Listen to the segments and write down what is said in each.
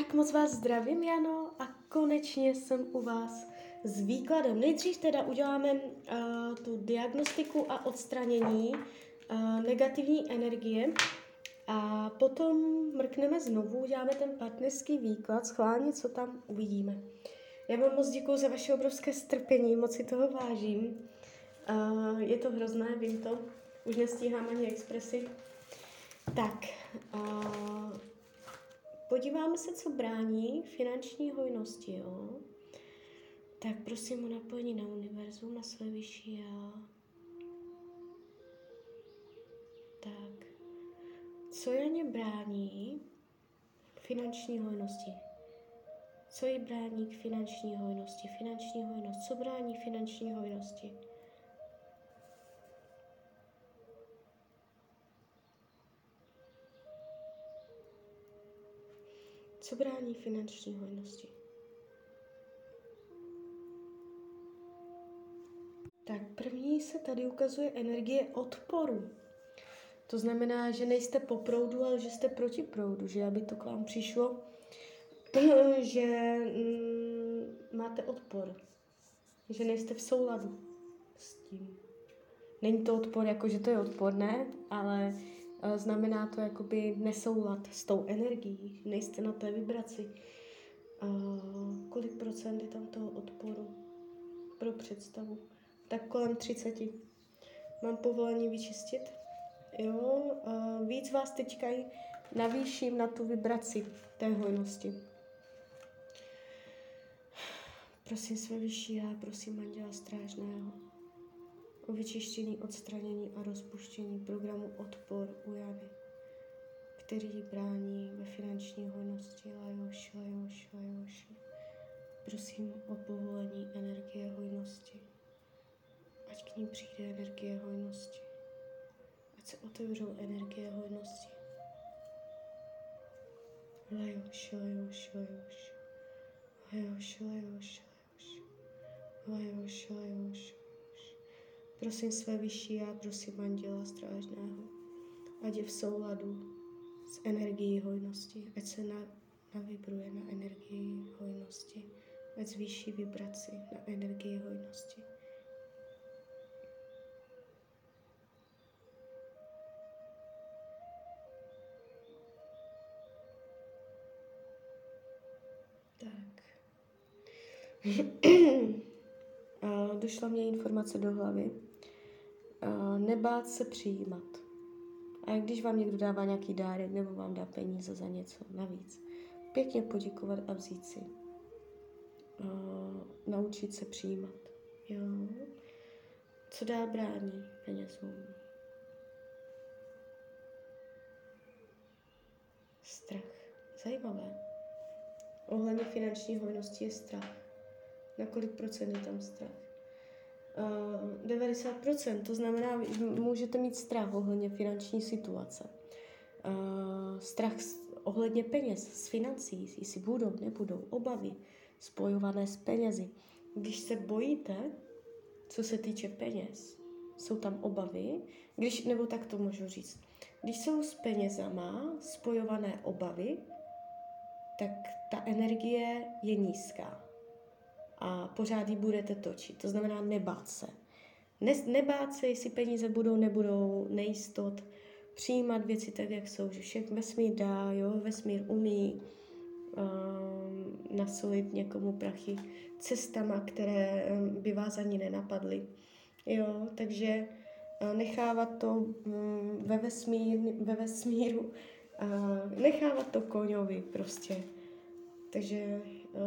Tak moc vás zdravím, Jano, a konečně jsem u vás s výkladem. Nejdřív teda uděláme tu diagnostiku a odstranění negativní energie a potom mrkneme znovu, uděláme ten partnerský výklad, schválně, co tam uvidíme. Já vám moc děkuju za vaše obrovské strpení, moc si toho vážím. Je to hrozné, vím to, už nestíhám ani expresy. Tak, podíváme se, co brání finanční hojnosti, jo? Tak prosím o napojení na univerzum, na své vyšší já. Tak, co Janě brání finanční hojnosti? Co jí brání k finanční hojnosti? Finanční hojnost, co brání finanční hojnosti? Co brání finanční hojnosti? Tak první se tady ukazuje energie odporu. To znamená, že nejste po proudu, ale že jste proti proudu, že aby to k vám přišlo, že máte odpor, že nejste v souladu s tím. Není to odpor, jako že to je odporné, ale znamená to jakoby nesoulad s tou energií, že nejste na té vibraci. Kolik procent je tam toho odporu pro představu? Tak kolem 30. Mám povolení vyčistit. Jo, víc vás teďka navýším na tu vibraci té hojnosti. Prosím své vyšší já, prosím Anděla Strážného o vyčištění, odstranění a rozpuštění programu odpor u Jany, který brání ve finanční hojnosti. Lajoši, lajoši, lajoši. Prosím o povolení energie hojnosti. Ať k ní přijde energie hojnosti. Ať se otevřou energie hojnosti. Lajoši, lajoši, lajoši. Lajoši, lajoši, lajoši. Lajoši, lajoši. Prosím své vyšší já, prosím Anděla Strážného, ať je v souladu s energií hojnosti, ať se navibruje na energii hojnosti, ať zvýší vibraci na energii hojnosti. Tak. Došla mě informace do hlavy. Nebát se přijímat. A když vám někdo dává nějaký dárek nebo vám dá peníze za něco navíc, pěkně poděkovat a vzít si. Naučit se přijímat. Jo? Co dá brání penězům? Strach. Zajímavé. Ohledně finanční hojnosti je strach. Na kolik procent je tam strach? 90%, to znamená, že můžete mít strach ohledně finanční situace. Strach ohledně peněz, z financí, jestli budou, nebudou, obavy spojované s penězi. Když se bojíte, co se týče peněz, jsou tam obavy, nebo tak to můžu říct, když jsou s penězama spojované obavy, tak ta energie je nízká. A pořád ji budete točit. To znamená nebát se. Nebát se, jestli peníze budou, nebudou, nejistot. Přijímat věci tak, jak jsou. Že všechno vesmír dá, jo? Vesmír umí nasolit někomu prachy cestama, které by vás ani nenapadly. Jo? Takže nechávat to ve vesmíru, nechávat to koňovi prostě. Takže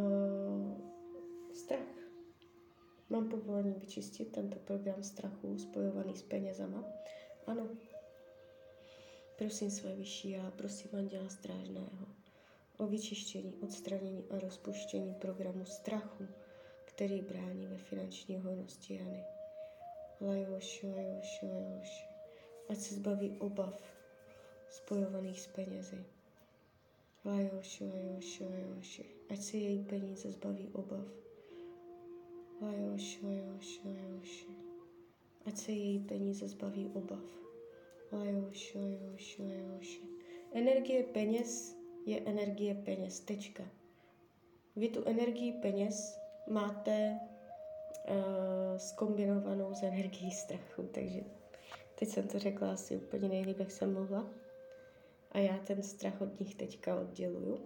strach. Mám povolení vyčistit tento program strachu spojovaný s penězama? Ano. Prosím své vyšší já, prosím Anděla Strážného o vyčištění, odstranění a rozpuštění programu strachu, který brání ve finanční hojnosti Jany. Lajoši, lajoši, lajoši. Ať se zbaví obav spojovaných s penězi. Lajoši, lajoši, lajoši. Ať se její peníze zbaví obav. Lajoši, lajoši, lajoši. Ať se její peníze zbaví obav. Lajoši, lajoši, lajoši. Energie peněz je energie peněz. Tečka. Vy tu energii peněz máte zkombinovanou s energií strachu, takže teď jsem to řekla asi úplně nejlíp, jak jsem mohla. A já ten strach od nich teďka odděluju.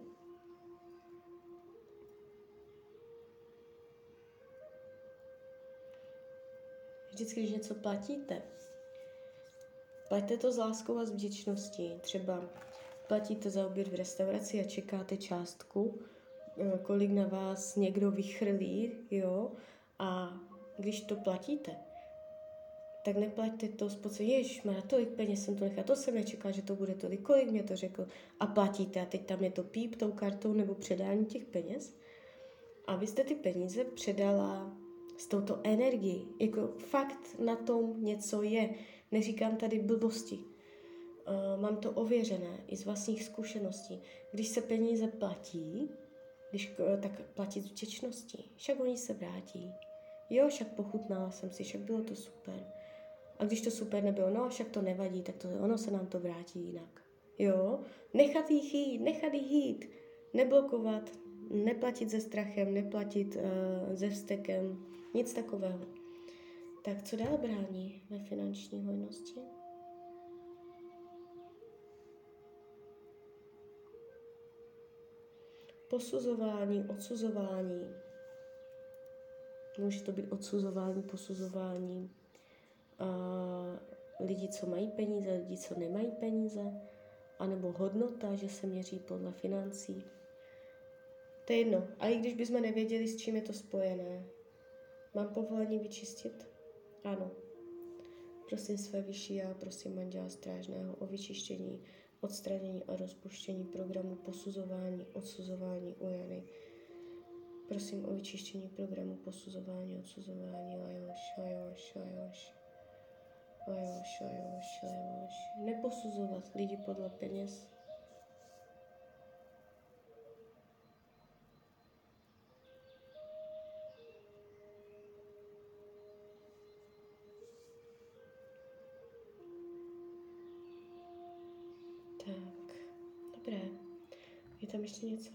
Vždycky, když něco platíte, plaťte to s láskou a s vděčností. Třeba platíte za oběd v restauraci a čekáte částku, kolik na vás někdo vychrlí, jo, a když to platíte, tak neplaťte to s pocitem, ježišmarja, tolik peněz jsem to nechal, to jsem nečekal, že to bude tolik, kolik mě to řekl, a platíte a teď tam je to píp tou kartou nebo předání těch peněz a vy jste ty peníze předala s touto energií, jako fakt na tom něco je, neříkám tady blbosti, mám to ověřené i z vlastních zkušeností, když se peníze platí, tak platit s vděčností, však oni se vrátí, jo, však pochutnala jsem si, však bylo to super. A když to super nebylo, no však to nevadí, tak ono se nám to vrátí jinak. Jo? Nechat jich jít. Neblokovat, neplatit se strachem, neplatit se vztekem, nic takového. Tak co dál brání ve finanční hojnosti? Posuzování, odsuzování. Může to být odsuzování, posuzování. Lidi, co mají peníze, lidi, co nemají peníze, anebo hodnota, že se měří podle financí. To je jedno. A i když bychom nevěděli, s čím je to spojené, mám povolení vyčistit? Ano. Prosím své vyšší já, prosím Anděla Strážného o vyčištění, odstranění a rozpuštění programu posuzování, odsuzování u Jany. Prosím o vyčištění programu posuzování, odsuzování, lajoš. Neposuzovat lidi podle peněz. Tak, dobré. Je tam ještě něco?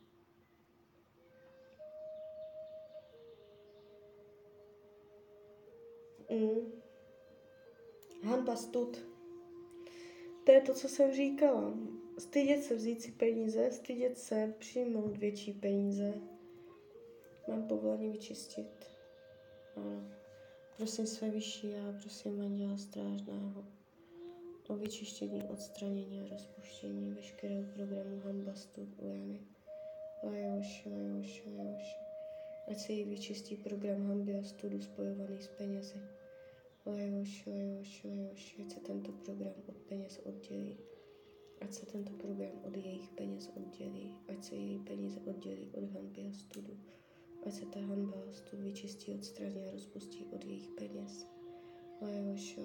Hanba, stud. To je to, co jsem říkala. Stydět se vzít si peníze, stydět se přijmout větší peníze. Mám povolení vyčistit. Ano. Prosím své vyšší já, prosím Anděla Strážného o vyčištění, odstranění a rozpuštění veškerého programu hanba, stud u Jany. Lajoš. Ať se jí vyčistí program hanby a studu spojovaný s penězi. Lajoš, ať se tento program od peněz oddělí. Ať se tento program od jejich peněz oddělí. Ať se její peníze oddělí od hanby a studu. Ať se ta hanba a stud vyčistí, odstraní a rozpustí od jejich peněz. Lajoš.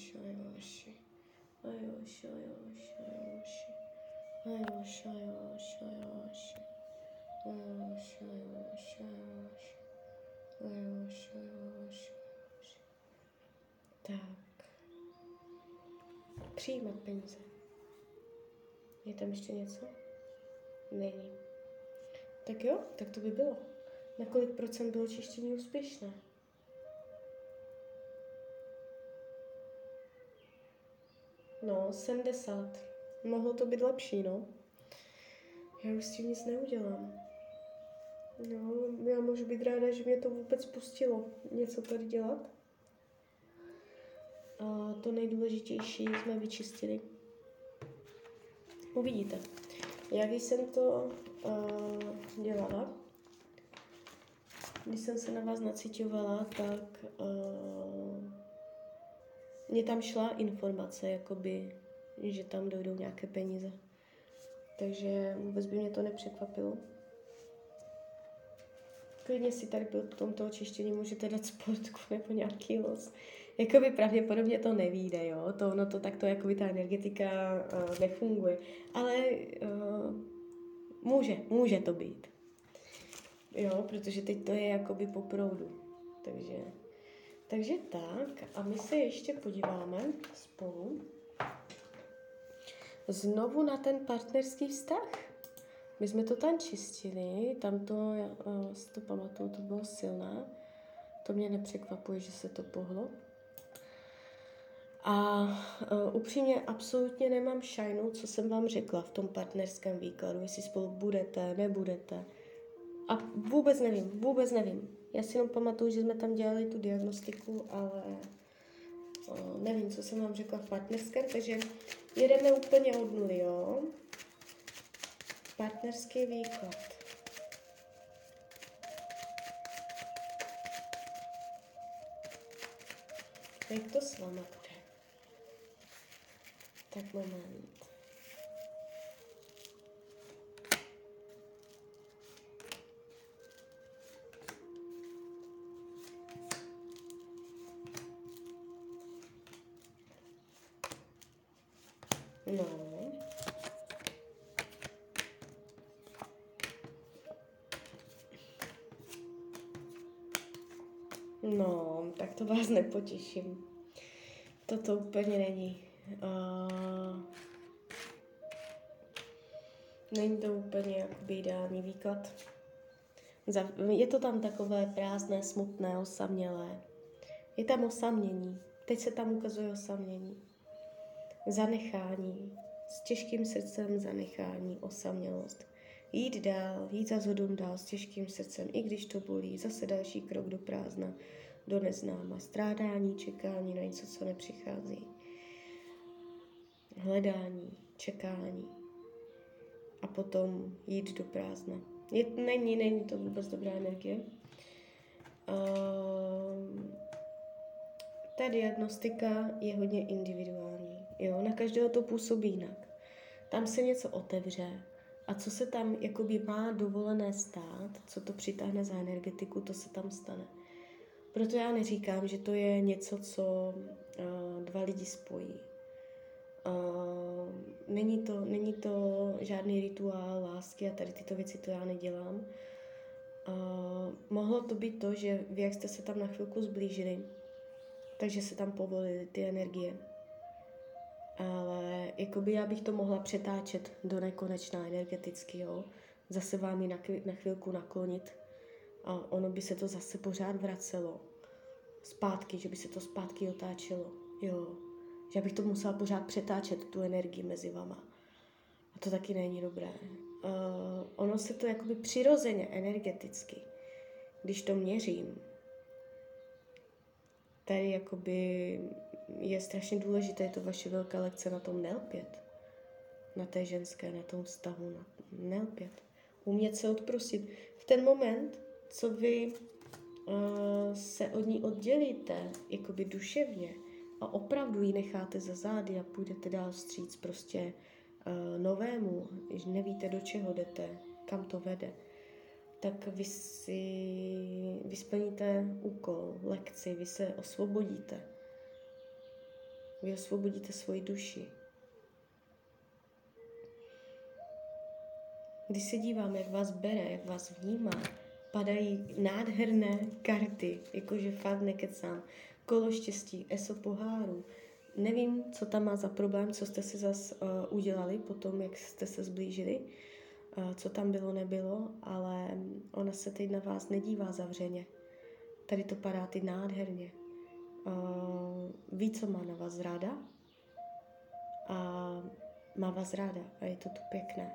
Tak. Přijímat peníze. Je tam ještě něco? Není. Tak jo, tak to by bylo. Na kolik procent bylo čištění úspěšné? No, 70. Mohlo to být lepší, no. Já už s tím nic neudělám. No, já můžu být ráda, že mě to vůbec pustilo něco tady dělat. A to nejdůležitější jsme vyčistili. Uvidíte. Já když jsem to dělala, když jsem se na vás nacitovala, tak mně tam šla informace, jakoby, že tam dojdou nějaké peníze. Takže vůbec by mě to nepřekvapilo. Klidně si tady po tomto očištění můžete dát sportku nebo nějaký los. Jakoby pravděpodobně to nevyjde, jo. Ono to takto, jakoby ta energetika nefunguje. Ale může to být. Jo, protože teď to je jakoby po proudu. Takže tak. A my se ještě podíváme spolu znovu na ten partnerský vztah. My jsme to tam čistili, tam to, já si to pamatuju, to bylo silné. To mě nepřekvapuje, že se to pohlo. A upřímně absolutně nemám šajnu, co jsem vám řekla v tom partnerském výkladu, jestli spolu budete, nebudete. A vůbec nevím. Já si jenom pamatuju, že jsme tam dělali tu diagnostiku, ale nevím, co jsem vám řekla v partnerském, takže jedeme úplně od nuly, jo? Partnerský výklad. Jak to s váma bude? Tak moment. No. No, tak to vás nepotěším. Toto úplně není. Není to úplně jakoby ideální výklad. Je to tam takové prázdné, smutné, osamělé. Je tam osamění. Teď se tam ukazuje osamění. Zanechání. S těžkým srdcem zanechání, osamělost. Jít dál, jít za zhodům dál s těžkým srdcem, i když to bolí. Zase další krok do prázdna, do neznáma. Strádání, čekání na něco, co nepřichází. Hledání, čekání. A potom jít do prázdna. Není to vůbec dobrá energie. Ta diagnostika je hodně individuální. Jo? Na každého to působí jinak. Tam se něco otevře a co se tam jakoby má dovolené stát, co to přitáhne za energetiku, to se tam stane. Proto já neříkám, že to je něco, co dva lidi spojí. Není to žádný rituál lásky a tady tyto věci, to já nedělám. Mohlo to být to, že vy, jak jste se tam na chvilku zblížili, takže se tam povolily ty energie. Ale jakoby já bych to mohla přetáčet do nekonečna energeticky, jo. Zase vám ji na chvilku naklonit a ono by se to zase pořád vracelo. Zpátky, že by se to zpátky otáčelo, jo. Že bych to musela pořád přetáčet, tu energii mezi vama. A to taky není dobré. Ono se to jakoby přirozeně energeticky, když to měřím, tady jakoby je strašně důležité, je to vaše velká lekce na tom nelpět. Na té ženské, na tom vztahu, nelpět. Umět se odprostit. V ten moment, co vy se od ní oddělíte, jakoby duševně, a opravdu ji necháte za zády a půjdete dál vstříc prostě novému, když nevíte, do čeho jdete, kam to vede, tak vy splníte úkol, lekci, vy se osvobodíte. Vy osvobodíte svoji duši. Když se dívám, jak vás bere, jak vás vnímá, padají nádherné karty, jakože fakt nekecám. Kolo štěstí, eso poháru. Nevím, co tam má za problém, co jste si zas udělali potom, jak jste se zblížili, co tam bylo, nebylo, ale ona se teď na vás nedívá zavřeně. Tady to padá ty nádherně. Ví, co má na vás ráda a má vás ráda a je to tu pěkné.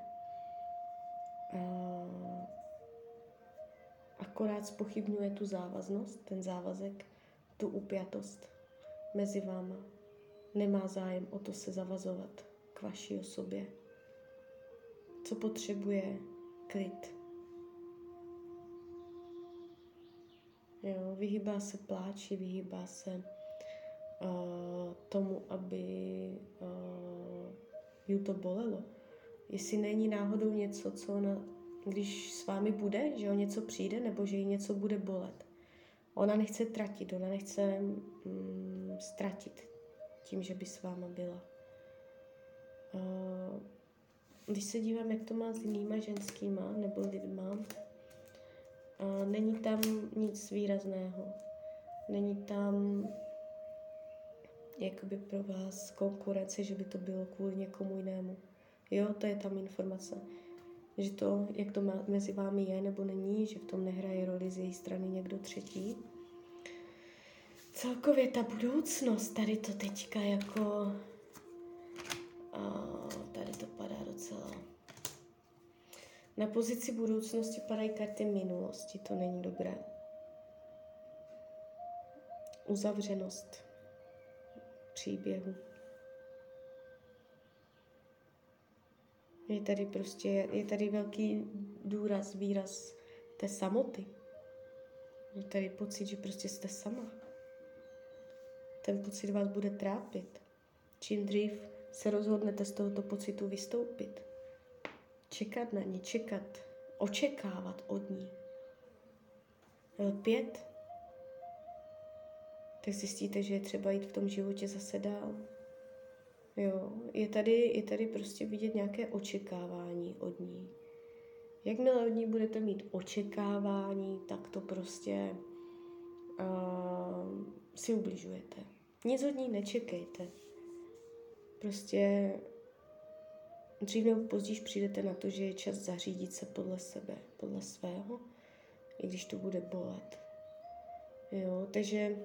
Akorát zpochybňuje tu závaznost, ten závazek, tu upjatost mezi váma. Nemá zájem o to se zavazovat k vaší osobě. Co potřebuje? Klid. Jo, vyhýbá se pláči, vyhýbá se tomu, aby ju to bolelo. Jestli není náhodou něco, co ona, když s vámi bude, že o něco přijde, nebo že jí něco bude bolet. Ona nechce tratit, ona nechce ztratit tím, že by s váma byla. Když se dívám, jak to má s jinýma ženskýma nebo lidma, není tam nic výrazného. Není tam jakoby pro vás konkurence, že by to bylo kvůli někomu jinému. Jo, to je tam informace. že to, jak to mezi vámi je nebo není, že v tom nehraje roli z její strany někdo třetí. Celkově ta budoucnost, tady to teďka jako... tady to padá docela. Na pozici budoucnosti padají karty minulosti, to není dobré. Uzavřenost příběhu. Je tady velký výraz té samoty. Je tady pocit, že prostě jste sama. Ten pocit vás bude trápit. Čím dřív se rozhodnete z tohoto pocitu vystoupit. Čekat na ní, očekávat od ní. Lpět. Tak zjistíte, že je třeba jít v tom životě zase dál. Jo, je tady prostě vidět nějaké očekávání od ní. Jakmile od ní budete mít očekávání, tak to prostě si ubližujete. Nic od ní nečekejte. Prostě dřív nebo později přijdete na to, že je čas zařídit se podle sebe, podle svého, i když to bude bolet. Jo, takže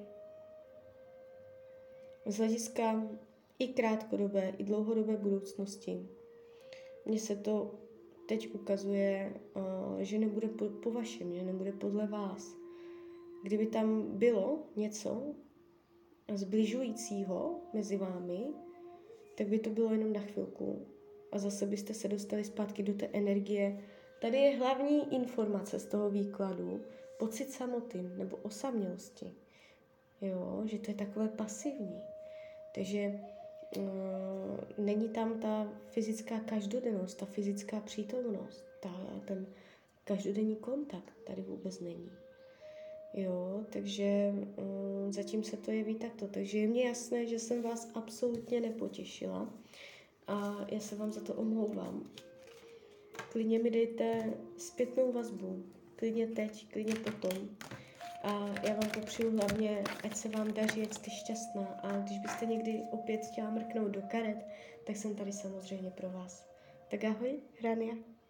z hlediska i krátkodobé, i dlouhodobé budoucnosti mně se to teď ukazuje, že nebude po vašem, že nebude podle vás. Kdyby tam bylo něco zbližujícího mezi vámi, tak by to bylo jenom na chvilku. A zase byste se dostali zpátky do té energie. Tady je hlavní informace z toho výkladu, pocit samoty nebo osamělosti. Jo, že to je takové pasivní. Takže není tam ta fyzická každodennost, ta fyzická přítomnost, ten každodenní kontakt tady vůbec není. Jo, takže zatím se to jeví takto. Takže je mně jasné, že jsem vás absolutně nepotěšila a já se vám za to omlouvám. Klidně mi dejte zpětnou vazbu, klidně teď, klidně potom. A já vám popřeju hlavně, ať se vám daří, ať jste šťastná. A když byste někdy opět chtěla mrknout do karet, tak jsem tady samozřejmě pro vás. Tak ahoj, Hrania.